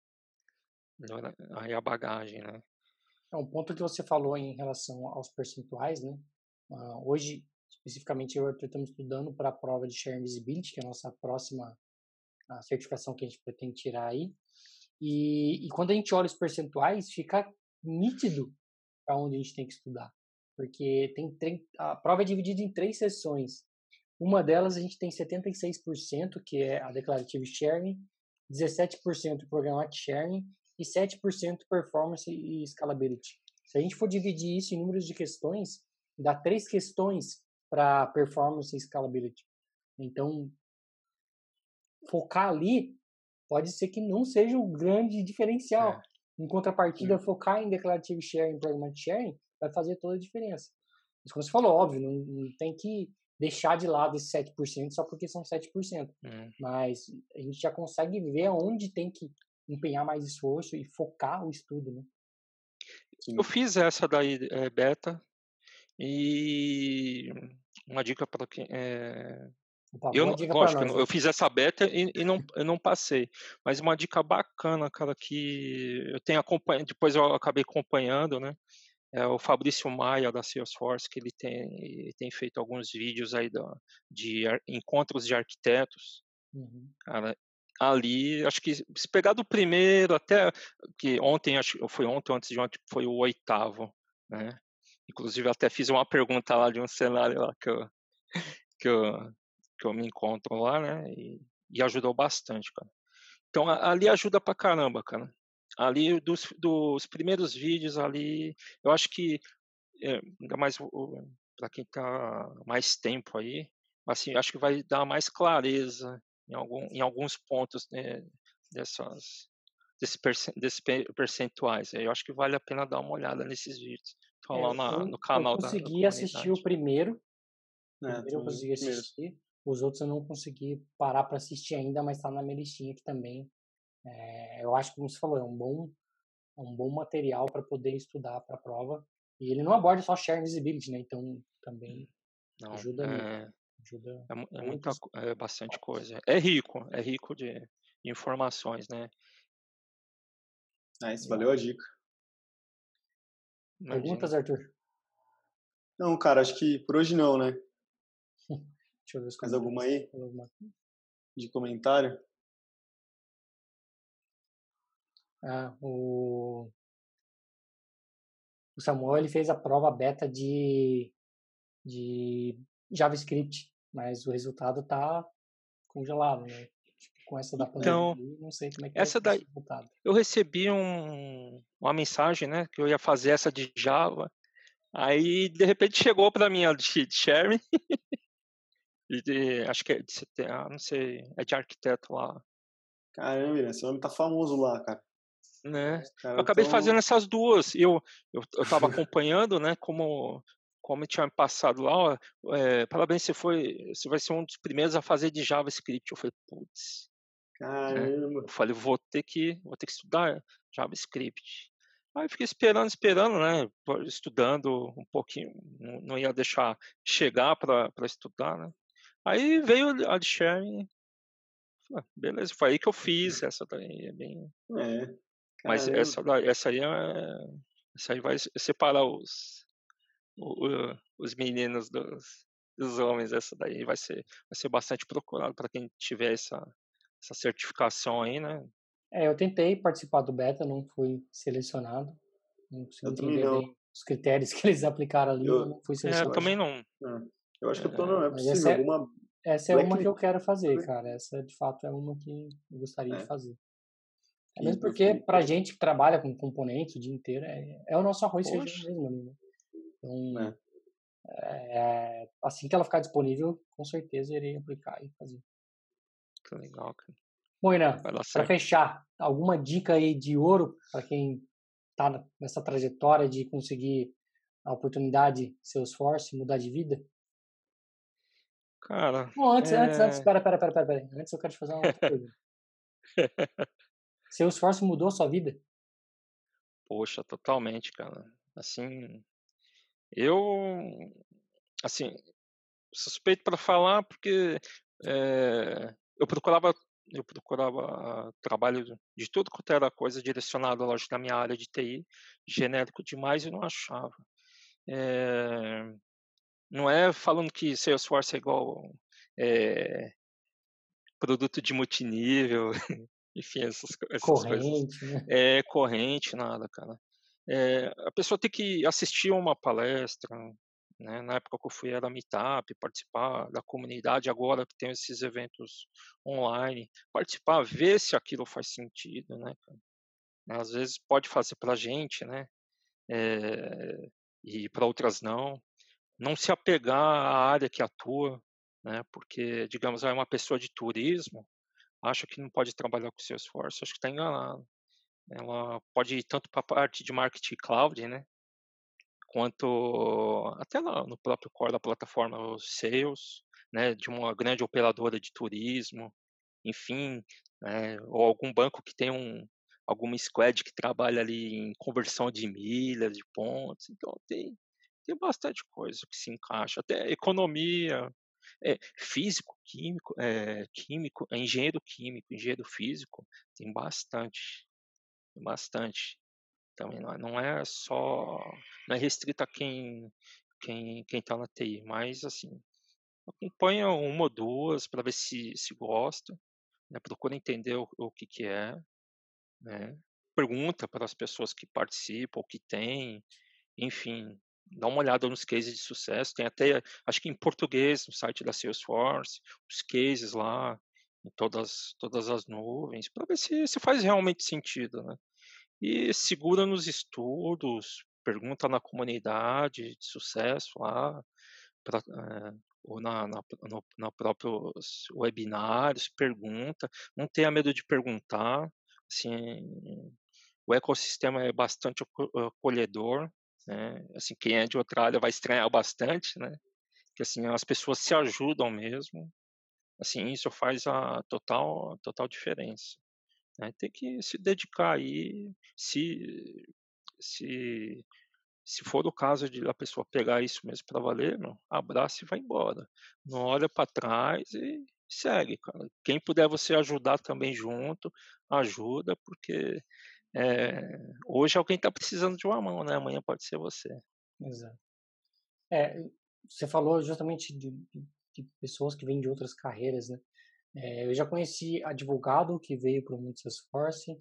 aí a bagagem, né? Um ponto que você falou em relação aos percentuais, né? Hoje, especificamente, eu e o Arthur estamos estudando para a prova de Share Visibility, que é a nossa próxima certificação que a gente pretende tirar aí. E quando a gente olha os percentuais, fica nítido para onde a gente tem que estudar. Porque a prova é dividida em 3 sessões. Uma delas a gente tem 76%, que é a Declarative Sharing, 17% Programmatic Sharing e 7% Performance e Scalability. Se a gente for dividir isso em números de questões, dá 3 questões para Performance e Scalability. Então, focar ali pode ser que não seja o grande diferencial. Em contrapartida, focar em Declarative Sharing e Programmatic Sharing vai fazer toda a diferença. Mas como você falou, óbvio, não tem que deixar de lado esse 7% só porque são 7%. Mas a gente já consegue ver onde tem que empenhar mais esforço e focar o estudo, né? Eu fiz essa daí, beta, e uma dica para quem... Lógico, eu fiz essa beta e eu não passei. Mas uma dica bacana, cara, que eu tenho acompanhado, depois eu acabei acompanhando, né? é o Fabrício Maia da Salesforce, que ele tem feito alguns vídeos aí de encontros de arquitetos. Uhum. Cara, ali, acho que se pegar do primeiro até que ontem, foi ontem ou antes de ontem, foi o 8º, né? Inclusive, eu até fiz uma pergunta lá de um cenário lá que eu, que eu me encontro lá, né? E ajudou bastante, cara. Então, ali ajuda pra caramba, cara. Ali, dos primeiros vídeos ali, eu acho que, ainda mais para quem tá mais tempo aí, assim, acho que vai dar mais clareza em alguns pontos, né, dessas, percentuais. Eu acho que vale a pena dar uma olhada nesses vídeos. Estão lá no Eu canal da consegui assistir o comunidade. primeiro. É, Primeiro eu também, consegui primeiros. assistir. Os outros eu não consegui parar para assistir ainda, mas está na minha listinha aqui também. Eu acho que, como você falou, é um bom material para poder estudar para a prova. E ele não aborda só share visibility, né? Então também Não, ajuda muito. Ajuda muitos é bastante tópicos. coisa. É rico de informações, né? Ah, isso valeu Legal. a dica. Imagina. Perguntas, Arthur? Não, cara, acho que por hoje não, né? Deixa eu ver os Mais alguma comentários. aí de comentário? Ah, o Samuel ele fez a prova beta de JavaScript, mas o resultado tá congelado, né? Tipo, com essa da Então, pandemia, não sei como é que vai essa ser esse daí, resultado. eu recebi uma mensagem, né, que eu ia fazer essa de Java. Aí, de repente, chegou para mim a de Sherry, acho que é de não sei, é de arquiteto lá, Caramba, esse nome tá famoso lá, cara. né? Os Eu caras acabei tão. fazendo essas duas. Eu estava acompanhando, né, como tinha me passado lá, ó, parabéns, você vai ser um dos primeiros a fazer de JavaScript. Eu falei, putz, né? Caramba. Eu falei, vou ter que estudar JavaScript. Aí eu fiquei esperando, né? Estudando um pouquinho, não ia deixar chegar para estudar, né? Aí veio a de Sharing, beleza, foi aí que eu fiz essa daí, é bem. É, Mas caramba. essa aí vai separar os meninos dos homens. Essa daí vai ser bastante procurado para quem tiver essa certificação aí, né? Eu tentei participar do beta, não fui selecionado, não consegui Eu também entender não. bem os critérios que eles aplicaram ali, eu Eu, não fui eu selecionado. acho, Também não. é, eu acho que eu tô, não É, é Mas possível. Alguma essa é uma que Black. eu quero fazer, cara. Essa, de fato, é uma que eu gostaria de É, fazer. É que mesmo eu porque, fiquei pra curioso. gente que trabalha com componentes o dia inteiro, é o nosso arroz e feijão poxa, mesmo ali, né? Então, É. assim que ela ficar disponível, com certeza eu irei aplicar e fazer. que legal, cara. Bom, Inan, Vai dar para certo. fechar, alguma dica aí de ouro para quem está nessa trajetória de conseguir a oportunidade Salesforce, mudar de vida? Cara, Bom, antes, pera. Antes eu quero te fazer uma outra pergunta. Salesforce mudou a sua vida? poxa, totalmente, cara. Assim, eu, assim, suspeito para falar porque eu procurava trabalho de tudo quanto era coisa direcionado, lógico, na minha área de TI, genérico demais e não achava. Eh, não é falando que Salesforce é igual eh, produto de multinível, enfim, essas coisas. Corrente, né? É corrente, nada, cara. A pessoa tem que assistir uma palestra, né? Na época que eu fui era Meetup, participar da comunidade, agora que tem esses eventos online, participar, ver se aquilo faz sentido, né, cara? Às vezes pode fazer pra gente, né? Eh, e para outras não. Não se apegar à área que atua, né? Porque, digamos, uma pessoa de turismo acha que não pode trabalhar com Salesforce, acho que está enganado. Ela pode ir tanto para a parte de marketing cloud, né? Quanto até lá no próprio core da plataforma, o sales, né? De uma grande operadora de turismo, enfim, né? Ou algum banco que tem alguma squad que trabalha ali em conversão de milhas, de pontos. Então tem bastante coisa que se encaixa, até economia, físico, químico, engenheiro físico, tem bastante, bastante. também, não é restrito a quem está na TI, mas assim, acompanha uma ou duas para ver se gosta, né, procura entender o que é, né, pergunta para as pessoas que participam, que têm, enfim, dá uma olhada nos cases de sucesso, tem até, acho que em português, no site da Salesforce, os cases lá, em todas as nuvens, para ver se faz realmente sentido, né. E segura nos estudos, pergunta na comunidade de sucesso lá, pra, ou na próprios webinários, pergunta, não tenha medo de perguntar, assim, o ecossistema é bastante acolhedor, né, assim, quem é de outra área vai estranhar bastante, né, que assim, as pessoas se ajudam mesmo, assim, isso faz a total diferença, né. Tem que se dedicar aí, se se for o caso de a pessoa pegar isso mesmo para valer, meu, abraça e vai embora. Não olha para trás e segue, cara. Quem puder você ajudar também junto, ajuda, porque, hoje alguém está precisando de uma mão, né, amanhã pode ser você. Exato. Você falou justamente de pessoas que vêm de outras carreiras, né? Eu já conheci advogado que veio para o mundo Salesforce,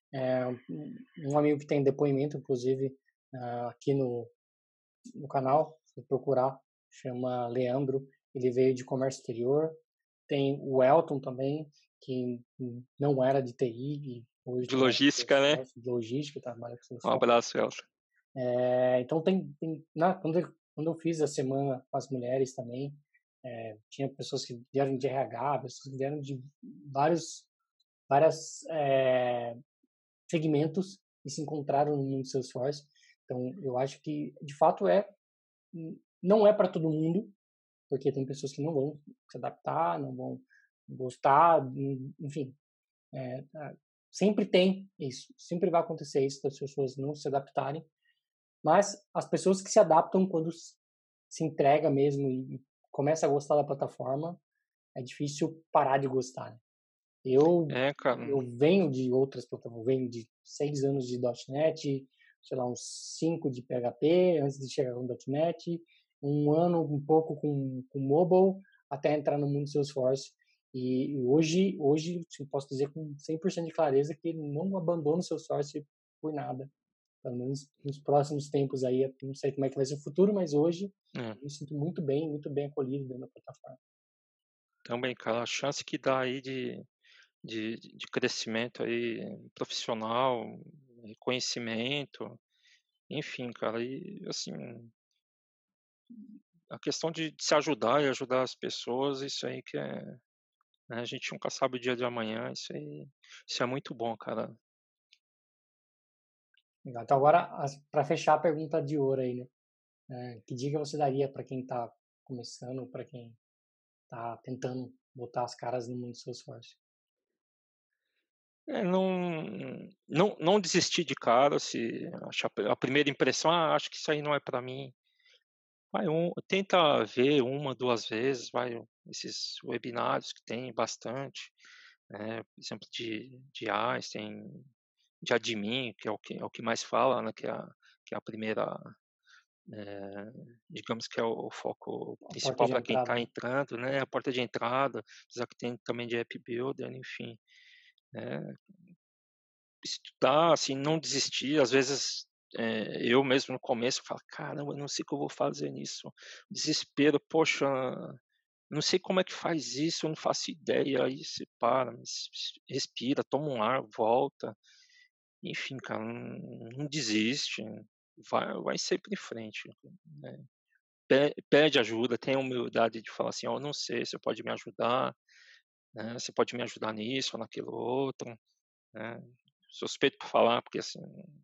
um amigo que tem depoimento, inclusive, aqui no canal, se procurar, chama Leandro, ele veio de comércio exterior. Tem o Elton também, que não era de TI e hoje De trabalha com logística, né. Salesforce, de logística, trabalha com Um Salesforce. abraço, Elton. Então quando eu fiz a semana com as mulheres também, tinha pessoas que vieram de RH, pessoas que vieram de várias segmentos e se encontraram no mundo Salesforce. Então eu acho que de fato não é para todo mundo, porque tem pessoas que não vão se adaptar, não vão gostar, enfim, sempre tem isso, sempre vai acontecer isso das pessoas não se adaptarem. Mas as pessoas que se adaptam quando se entrega mesmo e começa a gostar da plataforma, é difícil parar de gostar, né? Eu, É, cara. eu venho de outras plataformas, venho de 6 anos de .NET, sei lá, uns 5 de PHP, antes de chegar no .NET, um ano um pouco com mobile, até entrar no mundo Salesforce. E hoje eu posso dizer com 100% de clareza que não abandono o Salesforce por nada. Pelo menos nos próximos tempos aí, eu não sei como é que vai ser o futuro, mas hoje É, eu me sinto muito bem acolhido dentro da plataforma. também, cara, a chance que dá aí de crescimento aí profissional, reconhecimento, enfim, cara, e assim, a questão de se ajudar e ajudar as pessoas, isso aí que é, né, a gente nunca sabe o dia de amanhã, isso é muito bom, cara. Legal. Então agora, para fechar a pergunta de ouro aí, né? Que dica você daria para quem está começando, para quem está tentando botar as caras no mundo do Salesforce? Não desistir de cara, se achar a primeira impressão: "Ah, acho que isso aí não é para mim". Tenta ver uma, 2 vezes, esses webinários que tem bastante, por exemplo, de Einstein, de admin, que é o que mais fala, né, que é a primeira, eh, digamos que é o foco A porta principal de para quem entrada, está né? entrando, né, a porta de entrada, apesar que tem também de app builder, enfim, né. Estudar, assim, não desistir, às vezes, eu mesmo no começo falo: "Caramba, eu não sei o que eu vou fazer nisso". Desespero, poxa, não sei como é que faz isso, eu não faço ideia, aí você para, respira, toma um ar, volta, enfim, cara, não desiste, vai sempre em frente, né. Pede ajuda, tenha humildade de falar assim: "Ó, eu não sei, você pode me ajudar, né, você pode me ajudar nisso ou naquilo outro", né. Suspeito por falar, porque assim,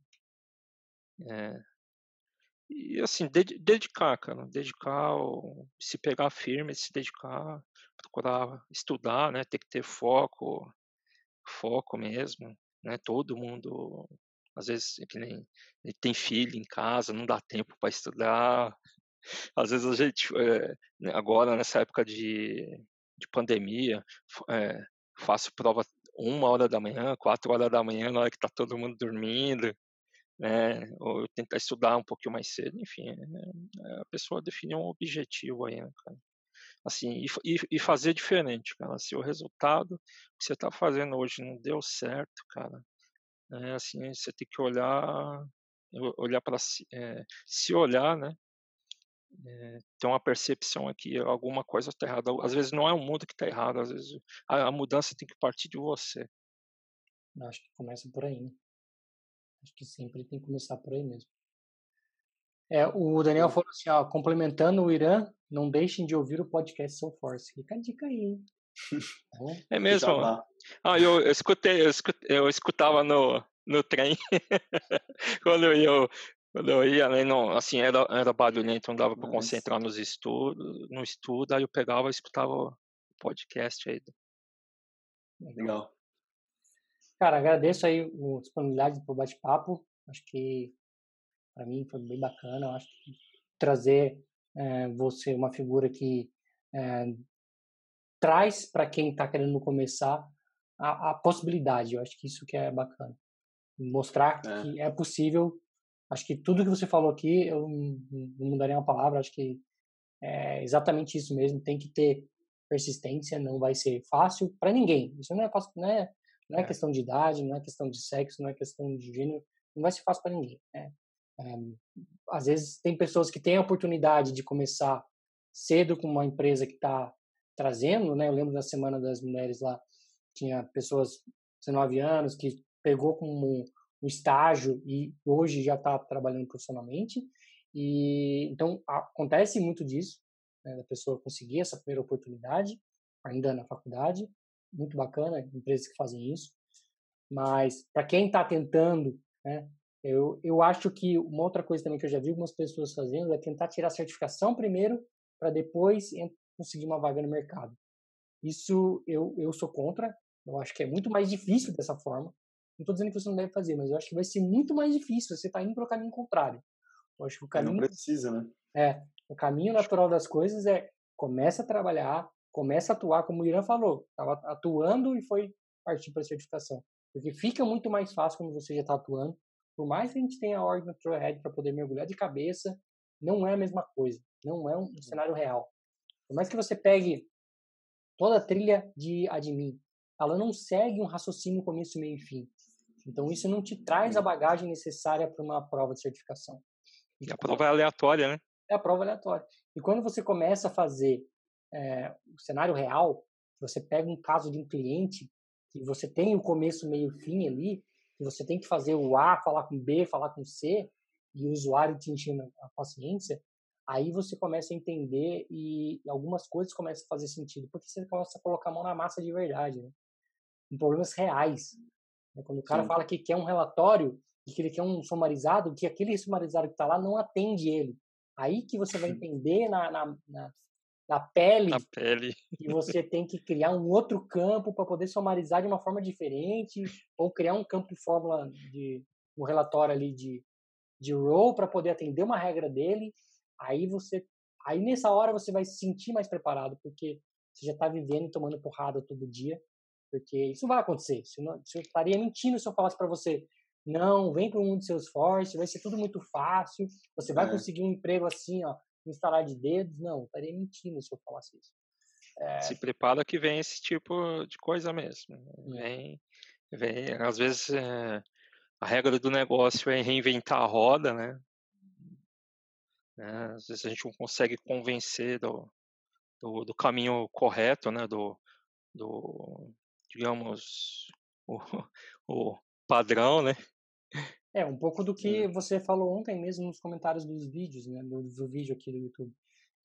eh, e assim, dedicar, cara, dedicar, se pegar firme, se dedicar, procurar estudar, né, tem que ter foco mesmo, né, todo mundo, às vezes, é que nem tem filho em casa, não dá tempo para estudar, às vezes a gente, né, agora nessa época de pandemia, faço prova 1h, 4h, na hora que tá todo mundo dormindo, né, ou tentar estudar um pouquinho mais cedo, enfim, a pessoa definir um objetivo aí, né, cara. Assim, e fazer diferente, cara. Se o resultado que você está fazendo hoje não deu certo, cara, assim, você tem que olhar para se olhar, né, ter uma percepção aqui, alguma coisa está errada. Às vezes não é o mundo que está errado, às vezes a mudança tem que partir de você. Eu acho que começa por aí, né? Acho que sempre tem que começar por aí mesmo. O Daniel falou assim, ó, complementando o Irã, não deixem de ouvir o podcast Salesforce. Fica a dica aí, hein? É mesmo? Jabá. Eu escutava no trem. Quando eu ia, né, não, assim, era barulhento, não dava para concentrar no estudo, aí eu pegava e escutava o podcast aí. Legal. Cara, agradeço aí a disponibilidade para o bate-papo. Acho que para mim foi bem bacana. Eu acho que trazer você uma figura que traz para quem está querendo começar a possibilidade. Eu acho que isso que é bacana. Mostrar que é possível. Acho que tudo que você falou aqui, eu não mudaria uma palavra. Acho que é exatamente isso mesmo. Tem que ter persistência. Não vai ser fácil para ninguém. Isso não é fácil, não é questão de idade, não é questão de sexo, não é questão de gênero. Não vai ser fácil para ninguém, né? Às vezes tem pessoas que têm a oportunidade de começar cedo com uma empresa que está trazendo, né? Eu lembro da Semana das Mulheres lá, tinha pessoas 19 anos que pegou como um estágio e hoje já está trabalhando profissionalmente. E então acontece muito disso, né, da pessoa conseguir essa primeira oportunidade ainda na faculdade, muito bacana, empresas que fazem isso. Mas para quem está tentando, né, eu acho que uma outra coisa também que eu já vi algumas pessoas fazendo é tentar tirar a certificação primeiro para depois conseguir uma vaga no mercado. Isso eu sou contra. Eu acho que é muito mais difícil dessa forma. Não estou dizendo que você não deve fazer, mas eu acho que vai ser muito mais difícil. Você está indo para o caminho contrário. Eu acho que Não precisa, né? o caminho natural das coisas é começa a trabalhar, começa a atuar, como o Irã falou, estava atuando e foi partir para a certificação. Porque fica muito mais fácil quando você já está atuando. Por mais que a gente tenha a org no Trailhead para poder mergulhar de cabeça, não é a mesma coisa. Não é um cenário real. Por mais que você pegue toda a trilha de admin, ela não segue um raciocínio começo, meio e fim. Então isso não te traz a bagagem necessária para uma prova de certificação. E a prova é aleatória, né? É a prova aleatória. E quando você começa a fazer o cenário real, você pega um caso de um cliente que você tem o começo, meio e fim ali, que você tem que fazer o A, falar com B, falar com C, e o usuário te enchendo a paciência, aí você começa a entender e algumas coisas começam a fazer sentido, porque você começa a colocar a mão na massa de verdade, né? Em problemas reais. Quando o cara fala que quer um relatório e que ele quer um sumarizado, que aquele sumarizado que está lá não atende ele. Aí que você vai entender na pele que você tem que criar um outro campo para poder sumarizar de uma forma diferente, ou criar um campo de fórmula de um relatório ali de row para poder atender uma regra dele. Aí nessa hora você vai se sentir mais preparado, porque você já está vivendo e tomando porrada todo dia, porque isso vai acontecer. Eu estaria mentindo se eu falasse para você, não, vem para o mundo de Salesforce, vai ser tudo muito fácil, você vai conseguir um emprego assim, ó, instalar de dedos. Não, estaria mentindo se eu falasse isso. Se prepara que vem esse tipo de coisa mesmo. Vem às vezes a regra do negócio é reinventar a roda, né? Às vezes a gente não consegue convencer do caminho correto, né? Digamos, o, o padrão, né? Um pouco do que você falou ontem mesmo nos comentários dos vídeos, né? Do vídeo aqui do YouTube.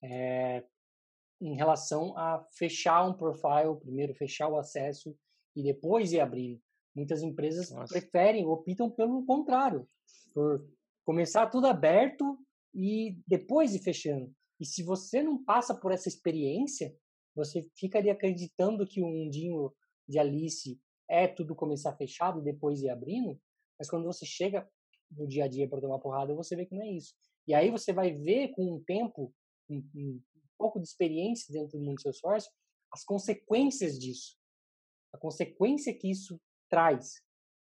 Em relação a fechar um profile, primeiro fechar o acesso e depois ir abrindo. Muitas empresas optam pelo contrário, por começar tudo aberto e depois ir fechando. E se você não passa por essa experiência, você fica ali acreditando que o mundinho de Alice é tudo começar fechado e depois ir abrindo, mas quando você chega no dia a dia para tomar porrada, você vê que não é isso. E aí você vai ver com o tempo, um pouco de experiência dentro do mundo do Salesforce, as consequências disso. A consequência que isso traz.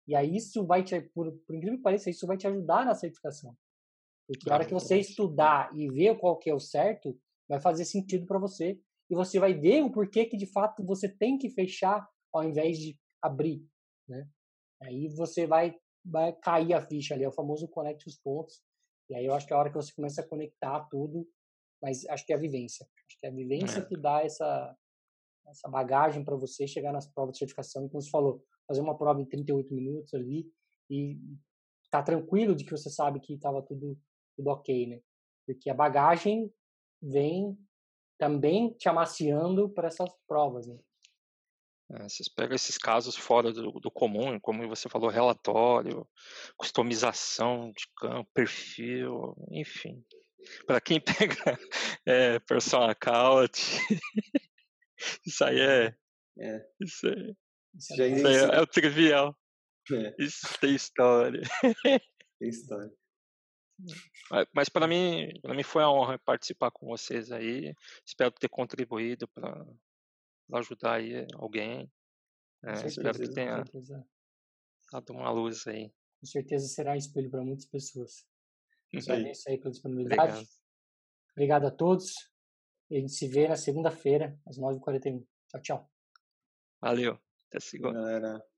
E aí isso vai por incrível que pareça, isso vai te ajudar na certificação. Porque a hora que você estudar e ver qual que é o certo, vai fazer sentido para você. E você vai ver o porquê que, de fato, você tem que fechar ao invés de abrir, né? Aí você vai cair a ficha ali, é o famoso conecte os pontos. E aí eu acho que é a hora que você começa a conectar tudo, mas acho que é a vivência. Acho que é a vivência que dá essa bagagem para você chegar nas provas de certificação. Como você falou, fazer uma prova em 38 minutos ali e tá tranquilo de que você sabe que estava tudo ok, né? Porque a bagagem vem também te amaciando para essas provas, né? Vocês pegam esses casos fora do comum, como você falou, relatório, customização de campo, perfil, enfim. Para quem pega personal account, isso aí isso aí é o trivial. Isso tem história. Tem história. Mas para mim foi uma honra participar com vocês aí. Espero ter contribuído para ajudar aí alguém. Espero que tenha dado uma luz aí. Com certeza será espelho para muitas pessoas. Agradeço aí pela disponibilidade. Obrigado a todos. A gente se vê na segunda-feira, às 9h41. Tchau, tchau. Valeu. Até segunda. Galera.